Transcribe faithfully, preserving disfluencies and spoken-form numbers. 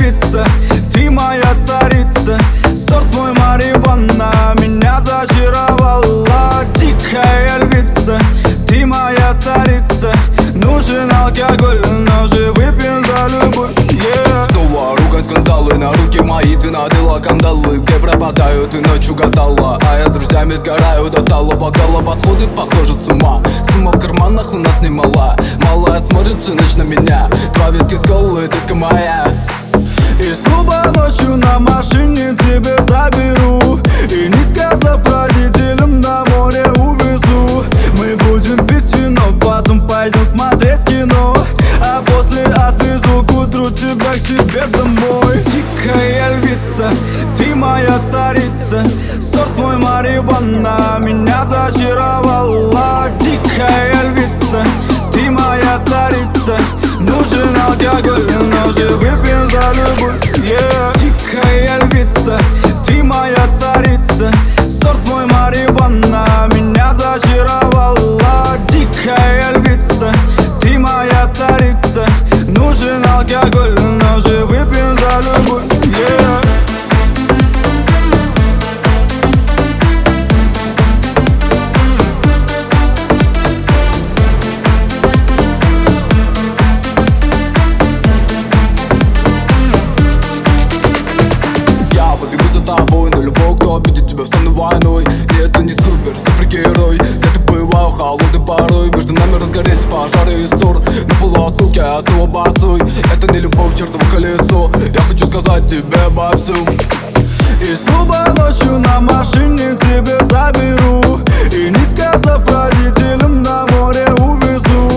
львица, ты моя царица. Сорт твой марихуана меня зачаровала. Дикая львица, ты моя царица. Нужен алкоголь, но же выпьем за любовь, yeah. Снова ругать скандалы, на руки мои ты надела кандалы. Где пропадаю, ты ночью гадала, а я с друзьями сгораю до тала. Бокала подходит, похоже с ума. Сумма в карманах у нас немала. Малая смотрит всю ночь на меня. Два виски с колы, детка моя. Из клуба ночью на машине тебе заберу, и не сказав родителям на море увезу. Мы будем пить вино, потом пойдем смотреть кино, а после отвезу к утру тебя к себе домой. Дикая львица, ты моя царица. Сорт мой марихуана меня зачаровала. Дикая львица, ты моя царица. Нужен алкоголь, но же выпьем за любовь, yeah. Дикая львица, ты моя царица. Сорт мой марихуана меня зачаровала. Дикая львица, ты моя царица. Нужен алкоголь, но же выпьем за любовь, yeah. Тобой, но любой, кто обидит тебя в сонной войной. И это не супер, супергерой. Где-то бываю холодной порой. Между нами разгорелись пожары и ссор. На полуосколке я снова босой. Это не любовь, чертово колесо. Я хочу сказать тебе обо всем. Из клуба ночью на машине тебе заберу, и не сказав родителям на море увезу.